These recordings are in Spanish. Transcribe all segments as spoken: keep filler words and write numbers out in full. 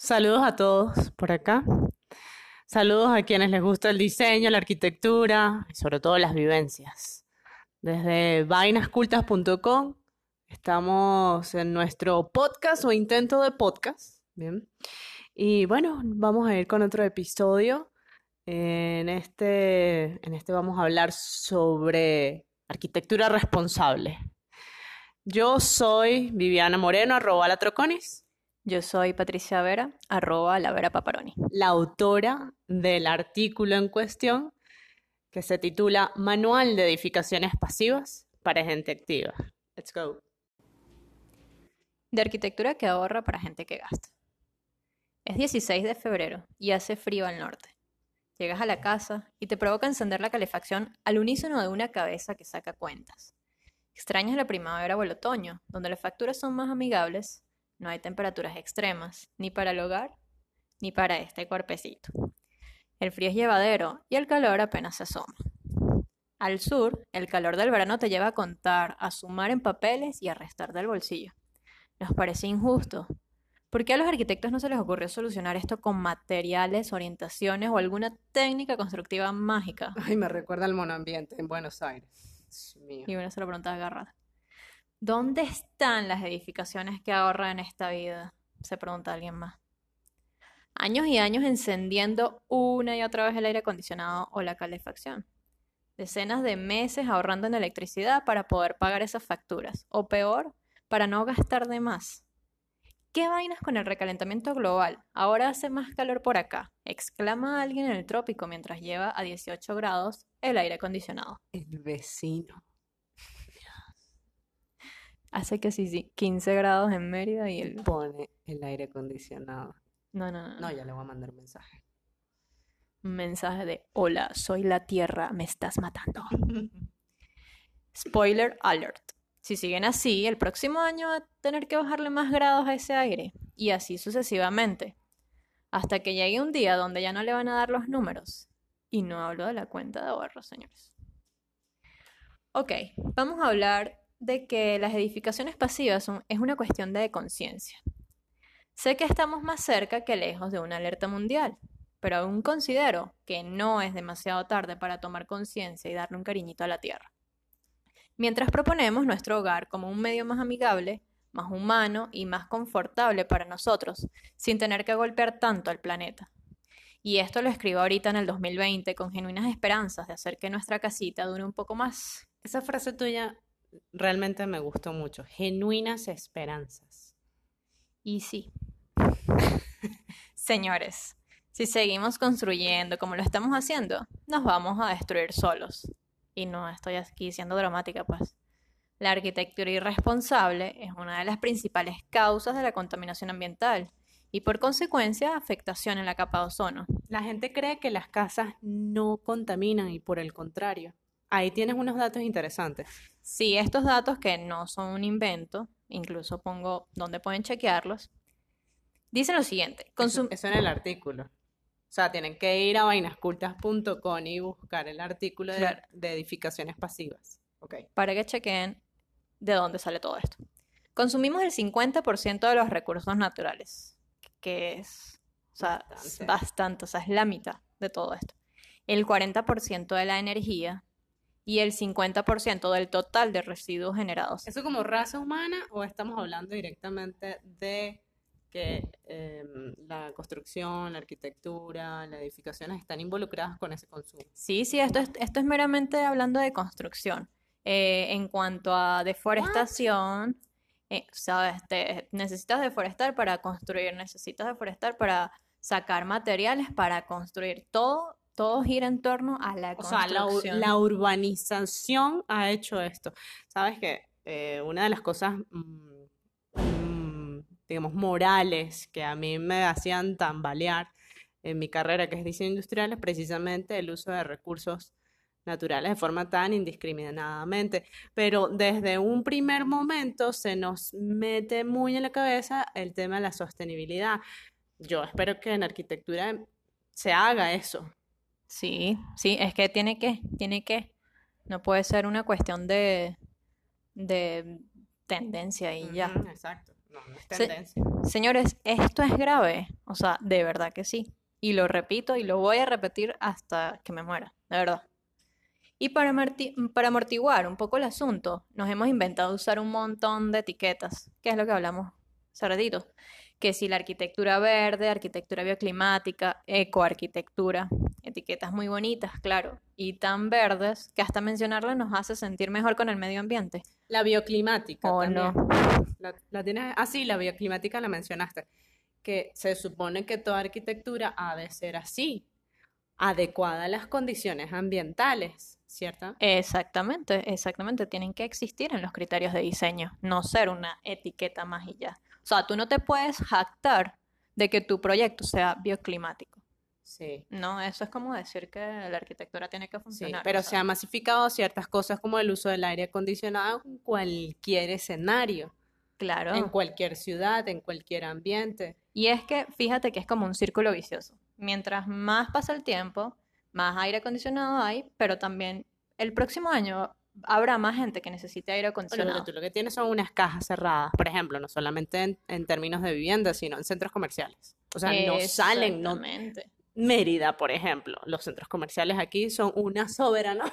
Saludos a todos por acá. Saludos a quienes les gusta el diseño, la arquitectura y sobre todo las vivencias. Desde vainascultas punto com estamos en nuestro podcast o intento de podcast. Bien. Y bueno, vamos a ir con otro episodio. En este, en este vamos a hablar sobre arquitectura responsable. Yo soy Viviana Moreno, arroba la Troconis. Yo soy Patricia Vera, arroba la Vera Paparoni. La autora del artículo en cuestión, que se titula Manual de Edificaciones Pasivas para Gente Activa. Let's go. De arquitectura que ahorra para gente que gasta. Es dieciséis de febrero y hace frío al norte. Llegas a la casa y te provoca encender la calefacción al unísono de una cabeza que saca cuentas. Extrañas la primavera o el otoño, donde las facturas son más amigables. No hay temperaturas extremas, ni para el hogar, ni para este cuerpecito. El frío es llevadero y el calor apenas se asoma. Al sur, el calor del verano te lleva a contar, a sumar en papeles y a restar del bolsillo. Nos parece injusto. ¿Por qué a los arquitectos no se les ocurrió solucionar esto con materiales, orientaciones o alguna técnica constructiva mágica? Ay, me recuerda al monoambiente en Buenos Aires. Dios mío. Y una se lo pregunta agarrada. ¿Dónde están las edificaciones que ahorran en esta vida? Se pregunta alguien más. Años y años encendiendo una y otra vez el aire acondicionado o la calefacción. Decenas de meses ahorrando en electricidad para poder pagar esas facturas. O peor, para no gastar de más. ¿Qué vainas con el recalentamiento global? Ahora hace más calor por acá, exclama alguien en el trópico mientras lleva a dieciocho grados el aire acondicionado. El vecino. Hace que sí, quince grados en Mérida y el... Pone el aire acondicionado. No, no, no. No, ya le voy a mandar un mensaje. Un mensaje de, hola, soy la Tierra, me estás matando. Spoiler alert. Si siguen así, el próximo año va a tener que bajarle más grados a ese aire. Y así sucesivamente. Hasta que llegue un día donde ya no le van a dar los números. Y no hablo de la cuenta de ahorros, señores. Ok, vamos a hablar de que las edificaciones pasivas son, es una cuestión de conciencia. Sé que estamos más cerca que lejos de una alerta mundial, pero aún considero que no es demasiado tarde para tomar conciencia y darle un cariñito a la tierra. Mientras proponemos nuestro hogar como un medio más amigable, más humano y más confortable para nosotros, sin tener que golpear tanto al planeta. Y esto lo escribo ahorita en el dos mil veinte con genuinas esperanzas de hacer que nuestra casita dure un poco más. Esa frase tuya realmente me gustó mucho. Genuinas esperanzas. Y sí. Señores, si seguimos construyendo como lo estamos haciendo, nos vamos a destruir solos. Y no estoy aquí siendo dramática, pues. La arquitectura irresponsable es una de las principales causas de la contaminación ambiental y por consecuencia afectación en la capa de ozono. La gente cree que las casas no contaminan y por el contrario. Ahí tienes unos datos interesantes. Sí, estos datos que no son un invento, incluso pongo donde pueden chequearlos, dicen lo siguiente. Eso, eso en el artículo. O sea, tienen que ir a vainascultas punto com y buscar el artículo de, Claro. de edificaciones pasivas. Okay. Para que chequen de dónde sale todo esto. Consumimos el cincuenta por ciento de los recursos naturales, que es, o sea, Bastante. bastante, o sea, es la mitad de todo esto. El cuarenta por ciento de la energía y el cincuenta por ciento del total de residuos generados. ¿Eso como raza humana o estamos hablando directamente de que eh, la construcción, la arquitectura, las edificaciones están involucradas con ese consumo? Sí, sí, esto es, esto es meramente hablando de construcción. Eh, en cuanto a deforestación, eh, sabes, te- necesitas deforestar para construir, necesitas deforestar para sacar materiales para construir. Todo, todo gira en torno a la O sea, la, ur- construcción. la urbanización ha hecho esto. Sabes que eh, una de las cosas, mm, mm, digamos, morales que a mí me hacían tambalear en mi carrera, que es diseño industrial, es precisamente el uso de recursos naturales de forma tan indiscriminadamente. Pero desde un primer momento se nos mete muy en la cabeza el tema de la sostenibilidad. Yo espero que en arquitectura se haga eso. Sí, sí, es que tiene que, tiene que. No puede ser una cuestión de, de tendencia y ya. Ujú, exacto. no, no es Se- tendencia. Señores, esto es grave. O sea, de verdad que sí. Y lo repito y lo voy a repetir hasta que me muera, de verdad. Y para, amorti- para amortiguar un poco el asunto, nos hemos inventado usar un montón de etiquetas, que es lo que hablamos hace ratito. Que si la arquitectura verde, arquitectura bioclimática, ecoarquitectura, etiquetas muy bonitas, claro, y tan verdes que hasta mencionarlas nos hace sentir mejor con el medio ambiente. La bioclimática ¿O también. no? La, la tienes, ah, sí, la bioclimática la mencionaste. Que se supone que toda arquitectura ha de ser así, adecuada a las condiciones ambientales, ¿cierto? Exactamente, exactamente. Tienen que existir en los criterios de diseño, no ser una etiqueta más y ya. O sea, tú no te puedes jactar de que tu proyecto sea bioclimático. Sí, No, eso es como decir que la arquitectura tiene que sí, funcionar. pero o se sea, han masificado ciertas cosas como el uso del aire acondicionado en cualquier escenario, en claro. cualquier ciudad, en cualquier ambiente. Y es que fíjate que es como un círculo vicioso. Mientras más pasa el tiempo, más aire acondicionado hay, pero también el próximo año habrá más gente que necesite aire Bueno, pero acondicionado. tú lo que tienes son unas cajas cerradas, por ejemplo, no solamente en, en términos de vivienda, sino en centros comerciales. O sea, no salen, no. Exactamente. Mérida, por ejemplo, los centros comerciales aquí son una soberana.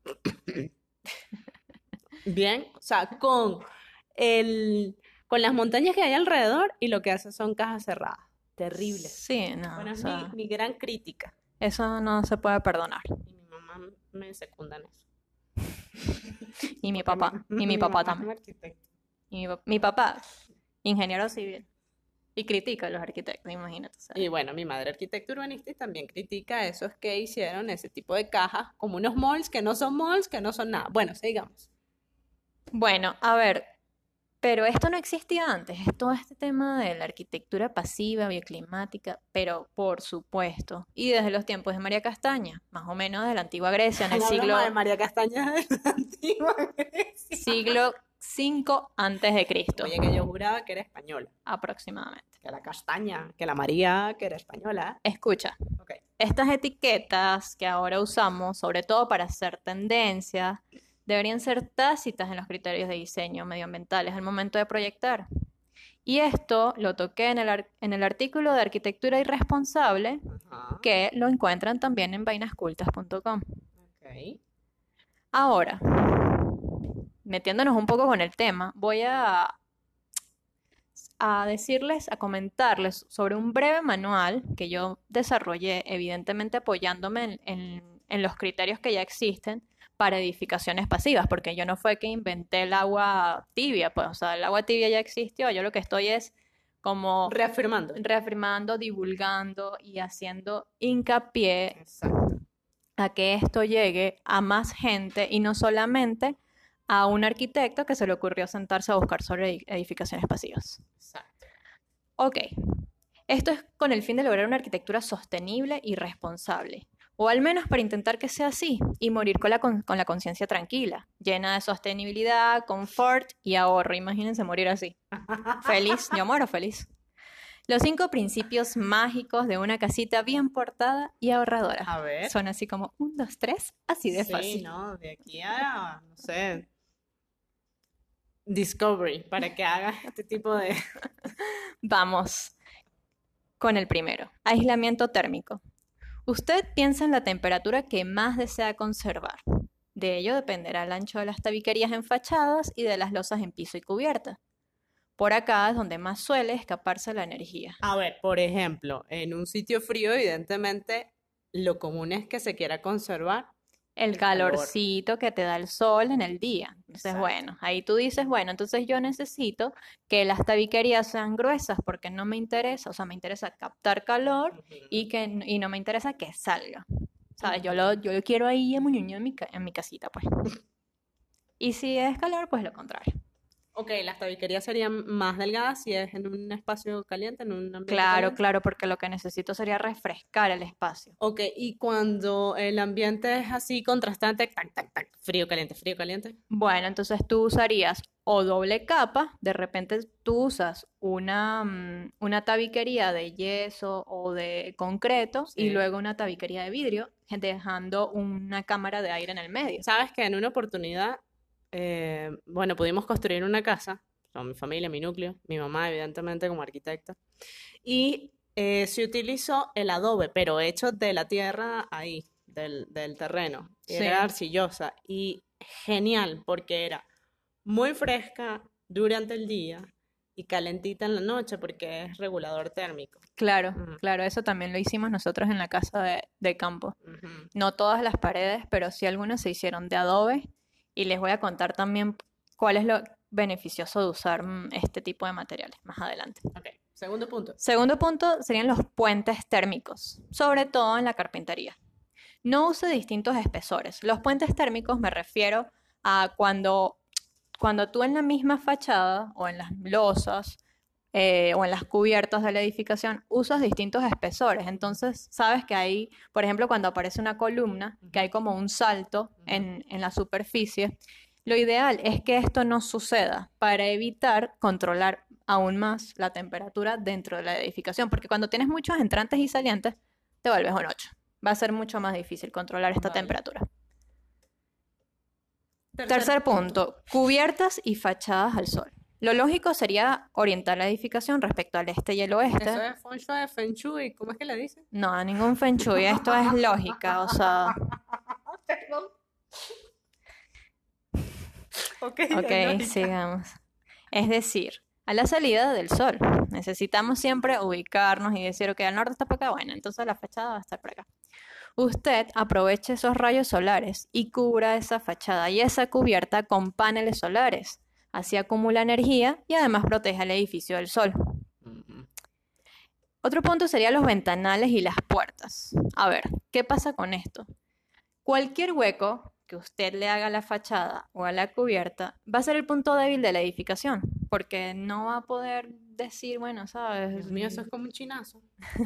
Bien, o sea, con el, con las montañas que hay alrededor y lo que hacen son cajas cerradas. Terribles. Sí, no, Bueno, o es mi, sea, mi gran crítica. eso no se puede perdonar. Y mi mamá me secunda en eso. Y mi Porque papá, mi, y mi mi papá mamá es también. arquitecta. Y mi, pa- mi papá, ingeniero civil. Y critica a los arquitectos, imagínate. O sea. Y bueno, mi madre arquitecta urbanista y también critica esos que hicieron ese tipo de cajas, como unos malls que no son malls, que no son nada. Bueno, sigamos. Bueno, a ver, pero esto no existía antes, es todo este tema de la arquitectura pasiva, bioclimática, pero por supuesto, y desde los tiempos de María Castaña, más o menos de la antigua Grecia, en el La broma de siglo, María Castaña de la antigua Grecia. siglo cinco antes de Cristo, Oye, que yo juraba que era española, aproximadamente. que la Castaña, que la María, que era española. Escucha, Ok. estas etiquetas que ahora usamos, sobre todo para hacer tendencia, deberían ser tácitas en los criterios de diseño medioambientales al momento de proyectar. Y esto lo toqué en el, ar- en el artículo de Arquitectura Irresponsable, Ajá. que lo encuentran también en vainascultas punto com. Ok. Ahora, metiéndonos un poco con el tema, voy a, a decirles, a comentarles sobre un breve manual que yo desarrollé, evidentemente apoyándome en, en- en los criterios que ya existen para edificaciones pasivas, porque yo no fue que inventé el agua tibia, pues, o sea, el agua tibia ya existió, yo lo que estoy es como Reafirmando. reafirmando, divulgando y haciendo hincapié Exacto. a que esto llegue a más gente y no solamente a un arquitecto que se le ocurrió sentarse a buscar sobre edificaciones pasivas. Exacto. Ok, esto es con el fin de lograr una arquitectura sostenible y responsable, o al menos para intentar que sea así y morir con la, con, con la conciencia tranquila, llena de sostenibilidad, confort y ahorro. Imagínense morir así. Feliz, yo muero feliz. Los cinco principios mágicos de una casita bien portada y ahorradora. A ver. Son así como un, dos, tres, así de Sí, fácil. no, de aquí a, no sé, Discovery, para que haga este tipo de... Vamos con el primero, aislamiento térmico. Usted piensa en la temperatura que más desea conservar. De ello dependerá el ancho de las tabiquerías en fachadas y de las losas en piso y cubierta. Por acá es donde más suele escaparse la energía. A ver, por ejemplo, en un sitio frío, evidentemente, lo común es que se quiera conservar El el calor. calorcito que te da el sol en el día. Entonces, Exacto. bueno, ahí tú dices, bueno, entonces yo necesito que las tabiquerías sean gruesas porque no me interesa, o sea, me interesa captar calor Ujú. y que y no me interesa que salga. ¿Sabes? Yo Ujú. lo, yo lo quiero ahí en en mi, ca- en mi casita, pues. Y si es calor, pues lo contrario. Ok, las tabiquerías serían más delgadas si es en un espacio caliente, en un ambiente Claro, caliente. claro, porque lo que necesito sería refrescar el espacio. Ok, y cuando el ambiente es así contrastante, tac, tac, tac, frío, caliente, frío, caliente. Bueno, entonces tú usarías o doble capa, de repente tú usas una, mm, una tabiquería de yeso o de concreto y Sí. luego una tabiquería de vidrio, dejando una cámara de aire en el medio. Sabes que en una oportunidad, eh, bueno, pudimos construir una casa son mi familia, mi núcleo, mi mamá, evidentemente, como arquitecta. Y eh, se utilizó el adobe, pero hecho de la tierra ahí, del, del terreno. Sí, Era arcillosa y genial porque era muy fresca durante el día y calentita en la noche porque es regulador térmico. claro, Mm, claro, eso también lo hicimos nosotros en la casa de, de campo. ujú. No todas las paredes, pero sí algunas se hicieron de adobe y les voy a contar también cuál es lo beneficioso de usar mm, este tipo de materiales más adelante. Ok, segundo punto. Segundo punto serían los puentes térmicos, sobre todo en la carpintería. No use distintos espesores. Los puentes térmicos me refiero a cuando, cuando tú en la misma fachada o en las losas eh, o en las cubiertas de la edificación usas distintos espesores. Entonces, sabes que ahí, por ejemplo, cuando aparece una columna, que hay como un salto en, en la superficie, lo ideal es que esto no suceda para evitar controlar aún más la temperatura dentro de la edificación, porque cuando tienes muchos entrantes y salientes, te vuelves un ocho. Va a ser mucho más difícil controlar esta Vale. temperatura. Tercer, Tercer punto, cubiertas y fachadas al sol. Lo lógico sería orientar la edificación respecto al este y el oeste. Eso es feng shui, feng shui, ¿cómo es que le dicen? No, a ningún feng shui, esto es lógica, o sea, Perdón. Ok, ok, es lógica. sigamos. Es decir, a la salida del sol. Necesitamos siempre ubicarnos y decir, ok, al norte está por acá, bueno, entonces la fachada va a estar por acá. Usted aproveche esos rayos solares y cubra esa fachada y esa cubierta con paneles solares. Así acumula energía y además protege al edificio del sol. Ujú. Otro punto sería los ventanales y las puertas. A ver, ¿qué pasa con esto? Cualquier hueco que usted le haga a la fachada o a la cubierta va a ser el punto débil de la edificación, porque no va a poder decir, bueno, ¿sabes? Dios mío, eso es como un chinazo.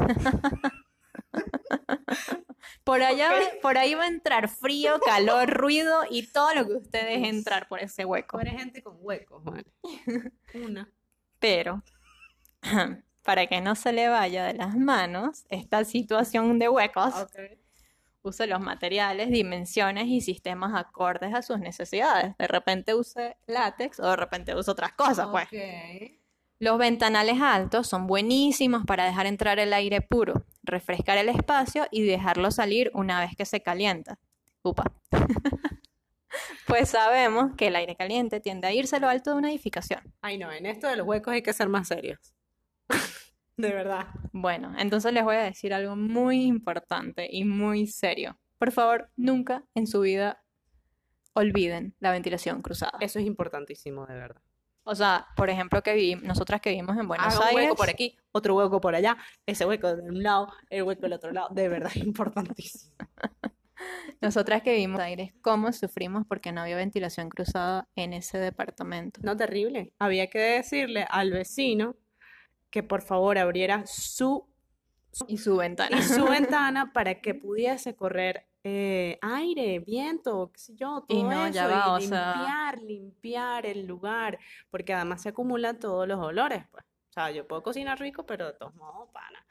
Por allá, Ok. va- por ahí va a entrar frío, calor, ruido y todo lo que usted deje entrar por ese hueco. Pobre gente con huecos, vale. Una. Pero, para que no se le vaya de las manos esta situación de huecos, Ok. use los materiales, dimensiones y sistemas acordes a sus necesidades. De repente use látex o de repente use otras cosas, pues. Ok. Los ventanales altos son buenísimos para dejar entrar el aire puro, refrescar el espacio y dejarlo salir una vez que se calienta. Upa. Pues sabemos que el aire caliente tiende a irse a lo alto de una edificación. Ay, no, en esto de los huecos hay que ser más serios. De verdad. Bueno, entonces les voy a decir algo muy importante y muy serio. Por favor, nunca en su vida olviden la ventilación cruzada. Eso es importantísimo, de verdad. O sea, por ejemplo, que vivi- nosotras que vivimos en Buenos Haga un Aires, hueco por aquí, otro hueco por allá, ese hueco de un lado, el hueco del otro lado. De verdad es importantísimo. nosotras que vivimos en Buenos Aires, ¿cómo sufrimos porque no había ventilación cruzada en ese departamento? No, terrible. Había que decirle al vecino que por favor abriera su Y su ventana. y su ventana para que pudiese correr eh, aire, viento, qué sé yo, Y todo no, eso, ya va, y o sea, limpiar, limpiar el lugar, porque además se acumulan todos los olores, pues. O sea, yo puedo cocinar rico, pero de todos modos, pana.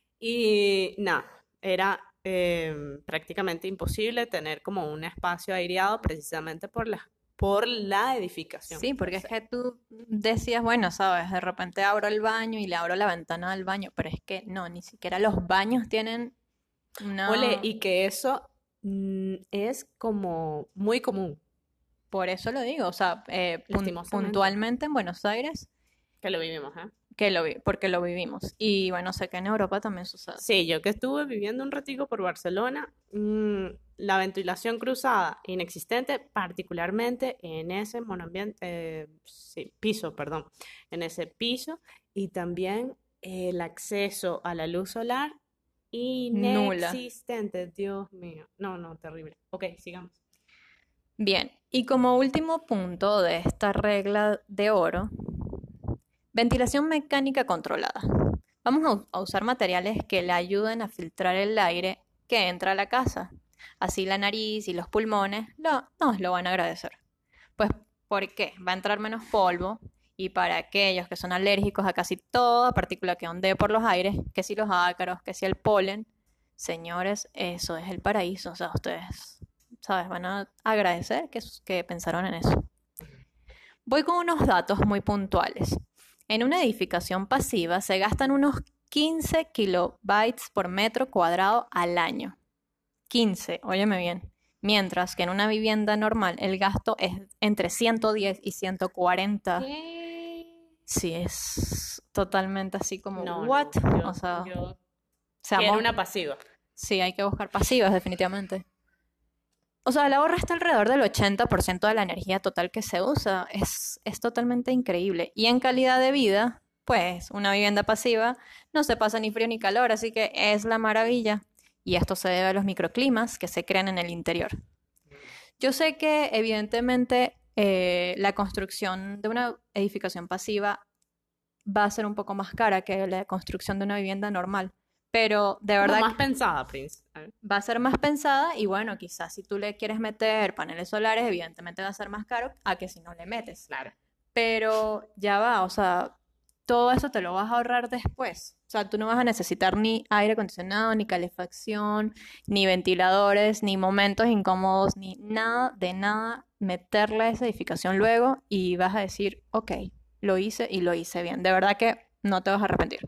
Y nada, era eh, prácticamente imposible tener como un espacio aireado precisamente por la, por la edificación. sí, porque es que tú decías, bueno, sabes, de repente abro el baño y le abro la ventana del baño, pero es que no, ni siquiera los baños tienen una... Ole, y que eso mm, es como muy común, Por eso lo digo, o sea, eh, pun- lastimosamente, puntualmente en Buenos Aires, que lo vivimos, ¿eh? que lo vi, porque lo vivimos. Y bueno, sé que en Europa también sucede. Sí, yo que estuve viviendo un ratico por Barcelona, mm, la ventilación cruzada inexistente, particularmente en ese monoambiente, eh, sí, piso, perdón, en ese piso, y también el acceso a la luz solar Nula. inexistente, Dios mío. No, no, terrible. Ok, sigamos. Bien, y como último punto de esta regla de oro, ventilación mecánica controlada. Vamos a, u- a usar materiales que le ayuden a filtrar el aire que entra a la casa. Así la nariz y los pulmones lo, nos lo van a agradecer. Pues, ¿por qué? Va a entrar menos polvo y para aquellos que son alérgicos a casi toda partícula que ondee por los aires, que si los ácaros, que si el polen, señores, eso es el paraíso. O sea, ustedes, ¿sabes? Van a agradecer que, que pensaron en eso. Voy con unos datos muy puntuales. En una edificación pasiva se gastan unos quince kilobytes por metro cuadrado al año. quince, óyeme bien. Mientras que en una vivienda normal el gasto es entre ciento diez y ciento cuarenta. ¿Qué? Sí, es totalmente así como, No, ¿what? no, yo, O sea, yo seamos- quiero una pasiva. sí, hay que buscar pasivas definitivamente. O sea, el ahorro está alrededor del ochenta por ciento de la energía total que se usa. Es, es totalmente increíble. Y en calidad de vida, pues una vivienda pasiva no se pasa ni frío ni calor, así que es la maravilla. Y esto se debe a los microclimas que se crean en el interior. Yo sé que evidentemente eh, la construcción de una edificación pasiva va a ser un poco más cara que la construcción de una vivienda normal, pero de Como verdad más pensada, Prince. A ver. va a ser más pensada y bueno, quizás si tú le quieres meter paneles solares, evidentemente va a ser más caro a que si no le metes. Claro. Pero ya va, o sea, todo eso te lo vas a ahorrar después. O sea, tú no vas a necesitar ni aire acondicionado, ni calefacción, ni ventiladores, ni momentos incómodos, ni nada de nada, meterle a esa edificación luego y vas a decir, ok, lo hice y lo hice bien. De verdad que no te vas a arrepentir.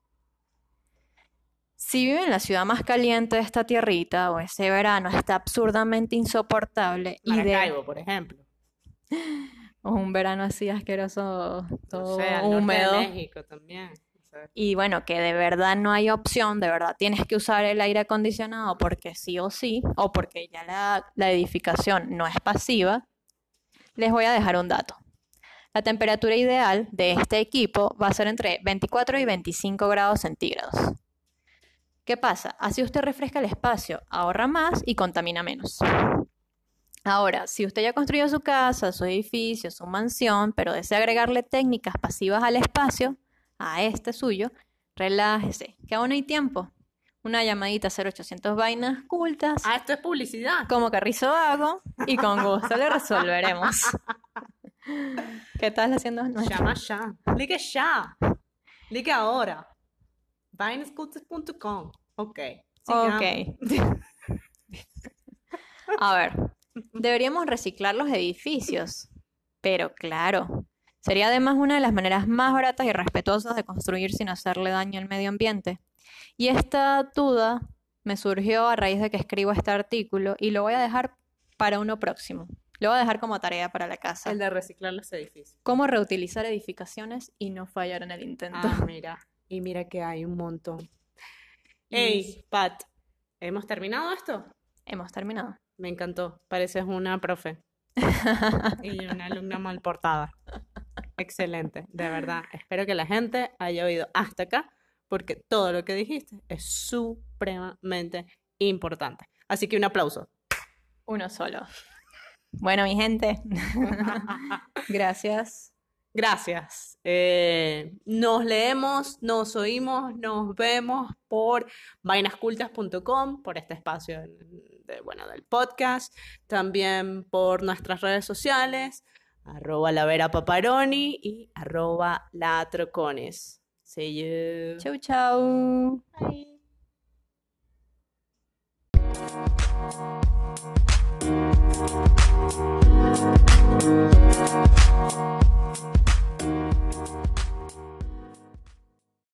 Si vive en la ciudad más caliente de esta tierrita o ese verano está absurdamente insoportable y de Maracaibo, por ejemplo. o un verano así asqueroso, No todo sé, al norte húmedo. de México también. O sea, Y bueno, que de verdad no hay opción, de verdad tienes que usar el aire acondicionado porque sí o sí, o porque ya la, la edificación no es pasiva, les voy a dejar un dato. La temperatura ideal de este equipo va a ser entre veinticuatro y veinticinco grados centígrados. ¿Qué pasa? Así usted refresca el espacio, ahorra más y contamina menos. Ahora, si usted ya construyó su casa, su edificio, su mansión, pero desea agregarle técnicas pasivas al espacio, a este suyo, relájese, que aún hay tiempo. Una llamadita a cero ochocientos vainas cultas, ah, esto es publicidad. como Carrizo hago, y con gusto le resolveremos. ¿Qué estás haciendo? nuestro- Llama ya. Ligue ya. Ligue ahora. Vainescultas punto com. Ok. sigamos. Ok. A ver, deberíamos reciclar los edificios, pero claro, sería además una de las maneras más baratas y respetuosas de construir sin hacerle daño al medio ambiente. Y esta duda me surgió a raíz de que escribo este artículo y lo voy a dejar para uno próximo. Lo voy a dejar como tarea para la casa. El de reciclar los edificios. Cómo reutilizar edificaciones y no fallar en el intento. Ah, mira. Y mira que hay un montón. Hey, Pat, ¿hemos terminado esto? Hemos terminado. Me encantó. Pareces una profe. Y una alumna mal portada. Excelente, de verdad. Espero que la gente haya oído hasta acá, porque todo lo que dijiste es supremamente importante. Así que un aplauso. Uno solo. Bueno, mi gente, gracias. Gracias. Eh, nos leemos, nos oímos, nos vemos por vainascultas punto com, por este espacio de, bueno, del podcast, también por nuestras redes sociales, arroba la Vera Paparoni y arroba la Trocones. See you. Chau, chau. Bye.